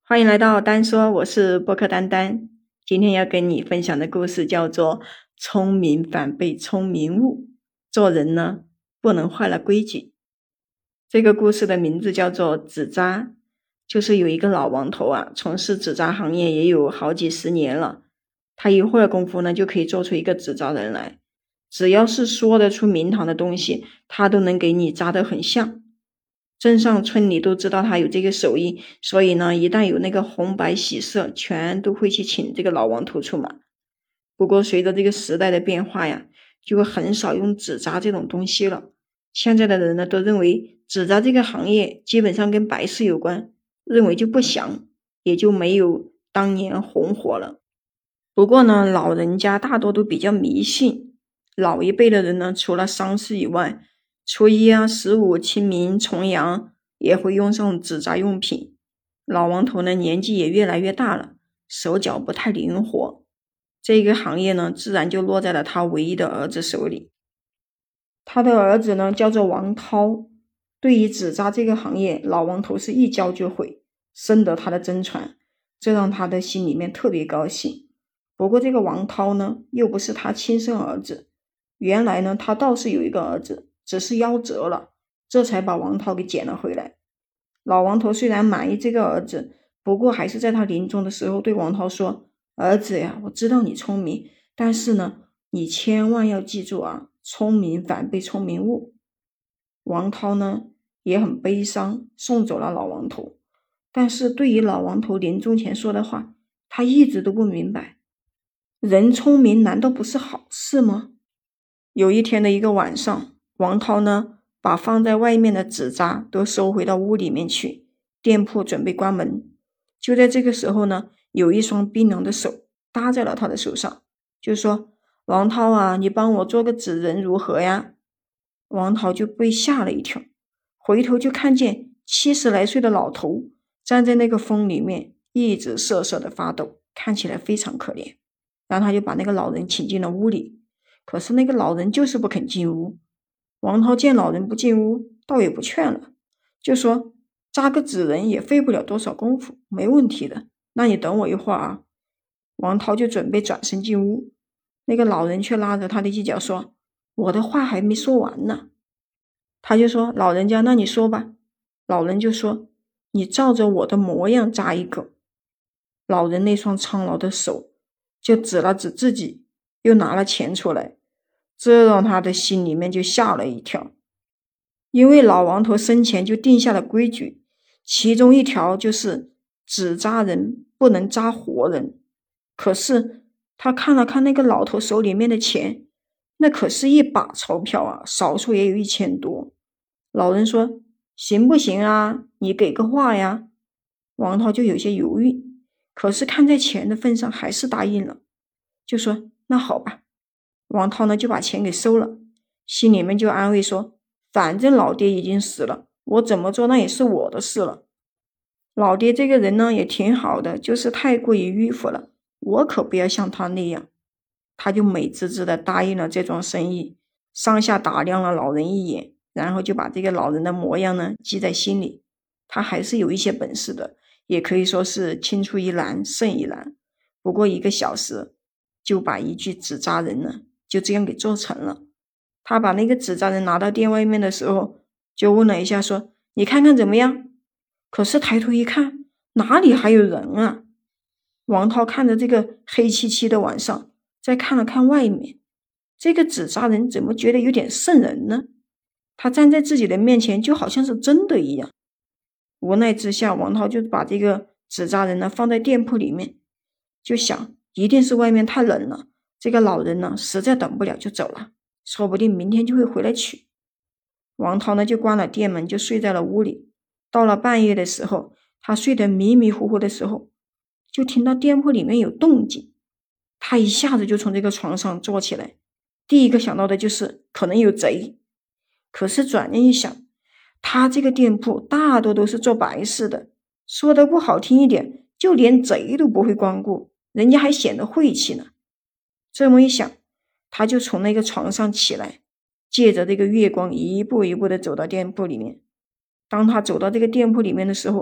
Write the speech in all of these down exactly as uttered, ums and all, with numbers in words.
欢迎来到丹说，我是播客丹丹。今天要跟你分享的故事叫做聪明反被聪明误，做人呢不能坏了规矩。这个故事的名字叫做纸扎，就是有一个老王头啊，从事纸扎行业也有好几十年了，他一会儿功夫呢就可以做出一个纸扎人来，只要是说得出名堂的东西，他都能给你扎得很像。镇上村里都知道他有这个手艺，所以呢，一旦有那个红白喜事，全都会去请这个老王头出马。不过随着这个时代的变化呀，就很少用纸扎这种东西了。现在的人呢，都认为纸扎这个行业基本上跟白事有关，认为就不祥，也就没有当年红火了。不过呢，老人家大多都比较迷信，老一辈的人呢，除了丧事以外，初一啊、十五、清明、重阳也会用上纸扎用品。老王头呢，年纪也越来越大了，手脚不太灵活，这个行业呢，自然就落在了他唯一的儿子手里。他的儿子呢，叫做王涛，对于纸扎这个行业，老王头是一教就会，深得他的真传，这让他的心里面特别高兴。不过这个王涛呢，又不是他亲生儿子，原来呢，他倒是有一个儿子，只是夭折了，这才把王涛给捡了回来。老王头虽然满意这个儿子，不过还是在他临终的时候对王涛说：儿子呀，我知道你聪明，但是呢，你千万要记住啊，聪明反被聪明误。王涛呢也很悲伤，送走了老王头。但是对于老王头临终前说的话，他一直都不明白，人聪明难道不是好事吗？有一天的一个晚上，王涛呢把放在外面的纸扎都收回到屋里面去，店铺准备关门。就在这个时候呢，有一双冰凉的手搭在了他的手上，就说：王涛啊，你帮我做个纸人如何呀？王涛就被吓了一跳，回头就看见七十来岁的老头站在那个风里面，一直瑟瑟的发抖，看起来非常可怜。然后他就把那个老人请进了屋里，可是那个老人就是不肯进屋。王涛见老人不进屋，倒也不劝了，就说：扎个纸人也费不了多少功夫，没问题的，那你等我一会儿啊。王涛就准备转身进屋，那个老人却拉着他的衣角说：我的话还没说完呢。他就说：老人家，那你说吧。老人就说：你照着我的模样扎一个。老人那双苍老的手就指了指自己，又拿了钱出来，这让他的心里面就吓了一跳。因为老王头生前就定下了规矩，其中一条就是只扎人不能扎活人。可是他看了看那个老头手里面的钱，那可是一把钞票啊，少说也有一千多。老人说：行不行啊，你给个话呀。王涛就有些犹豫，可是看在钱的份上还是答应了，就说：那好吧。王涛呢就把钱给收了，心里面就安慰说：反正老爹已经死了，我怎么做那也是我的事了。老爹这个人呢也挺好的，就是太过于迂腐了，我可不要像他那样。他就美滋滋的答应了这桩生意，上下打量了老人一眼，然后就把这个老人的模样呢记在心里。他还是有一些本事的，也可以说是青出于蓝胜于蓝。不过一个小时就把一具纸扎人呢就这样给做成了。他把那个纸扎人拿到店外面的时候，就问了一下说：你看看怎么样？可是抬头一看，哪里还有人啊？王涛看着这个黑漆漆的晚上，再看了看外面，这个纸扎人怎么觉得有点瘆人呢？他站在自己的面前就好像是真的一样。无奈之下，王涛就把这个纸扎人呢放在店铺里面，就想一定是外面太冷了，这个老人呢实在等不了就走了，说不定明天就会回来取。王涛呢就关了店门，就睡在了屋里。到了半夜的时候，他睡得迷迷糊糊的时候，就听到店铺里面有动静。他一下子就从这个床上坐起来，第一个想到的就是可能有贼。可是转念一想，他这个店铺大多都是做白事的，说的不好听一点，就连贼都不会光顾，人家还显得晦气呢。这么一想，他就从那个床上起来，借着这个月光一步一步的走到店铺里面。当他走到这个店铺里面的时候，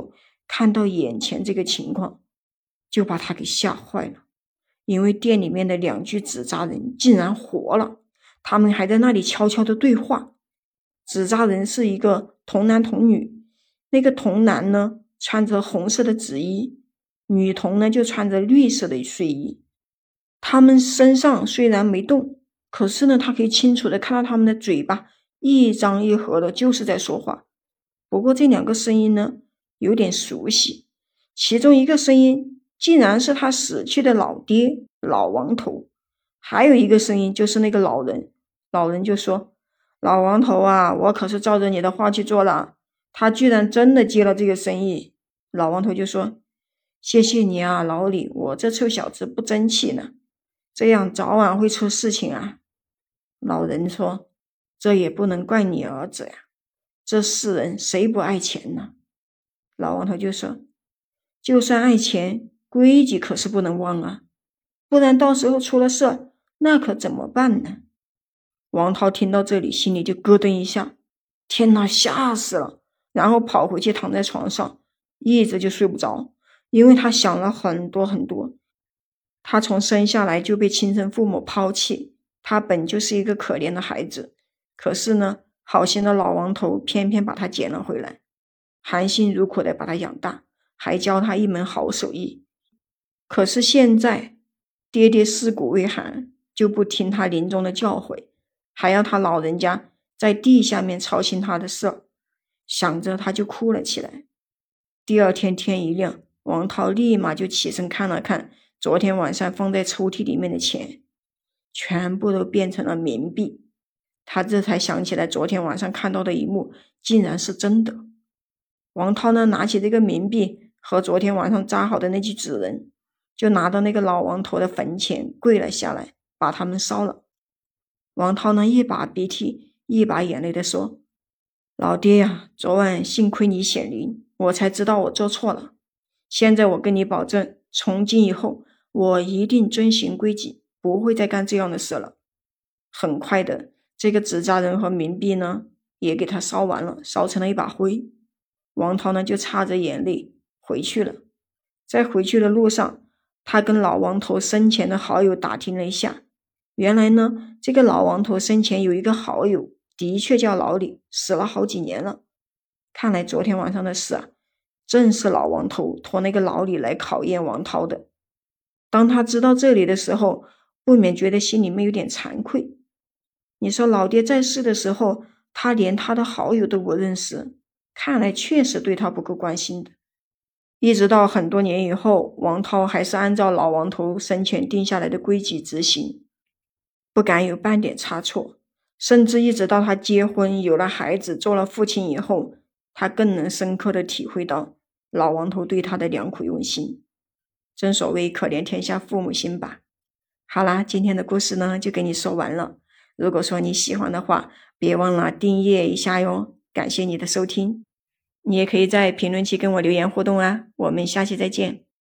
看到眼前这个情况，就把他给吓坏了。因为店里面的两具纸扎人竟然活了，他们还在那里悄悄的对话。纸扎人是一个童男童女，那个童男呢穿着红色的纸衣，女童呢就穿着绿色的睡衣。他们身上虽然没动，可是呢他可以清楚的看到他们的嘴巴一张一合的，就是在说话。不过这两个声音呢有点熟悉，其中一个声音竟然是他死去的老爹老王头，还有一个声音就是那个老人。老人就说，老王头啊，我可是照着你的话去做了。他居然真的接了这个生意。老王头就说，谢谢你啊老李，我这臭小子不争气呢，这样早晚会出事情啊。老人说，这也不能怪你儿子呀，这世人谁不爱钱呢？老王头就说，就算爱钱，规矩可是不能忘啊，不然到时候出了事，那可怎么办呢？王涛听到这里，心里就咯噔一下，天哪，吓死了！然后跑回去躺在床上，一直就睡不着，因为他想了很多很多。他从生下来就被亲生父母抛弃，他本就是一个可怜的孩子，可是呢，好心的老王头偏偏把他捡了回来，含辛茹苦的把他养大，还教他一门好手艺。可是现在爹爹尸骨未寒，就不听他临终的教诲，还要他老人家在地下面操心他的事，想着他就哭了起来。第二天天一亮，王涛立马就起身看了看昨天晚上放在抽屉里面的钱，全部都变成了冥币。他这才想起来昨天晚上看到的一幕竟然是真的。王涛呢，拿起这个冥币和昨天晚上扎好的那具纸人，就拿到那个老王头的坟前跪了下来，把他们烧了。王涛呢，一把鼻涕一把眼泪的说，老爹呀，昨晚幸亏你显灵，我才知道我做错了。现在我跟你保证，从今以后我一定遵循规矩，不会再干这样的事了。很快的，这个纸扎人和冥币呢也给他烧完了，烧成了一把灰。王涛呢就擦着眼泪回去了。在回去的路上，他跟老王头生前的好友打听了一下，原来呢这个老王头生前有一个好友的确叫老李，死了好几年了。看来昨天晚上的事啊，正是老王头托那个老李来考验王涛的。当他知道这里的时候，不免觉得心里面有点惭愧。你说老爹在世的时候，他连他的好友都不认识，看来确实对他不够关心的。一直到很多年以后，王涛还是按照老王头生前定下来的规矩执行，不敢有半点差错。甚至一直到他结婚有了孩子做了父亲以后，他更能深刻的体会到老王头对他的良苦用心。正所谓可怜天下父母心吧。好啦，今天的故事呢就给你说完了。如果说你喜欢的话，别忘了订阅一下哟。感谢你的收听，你也可以在评论区跟我留言互动啊。我们下期再见。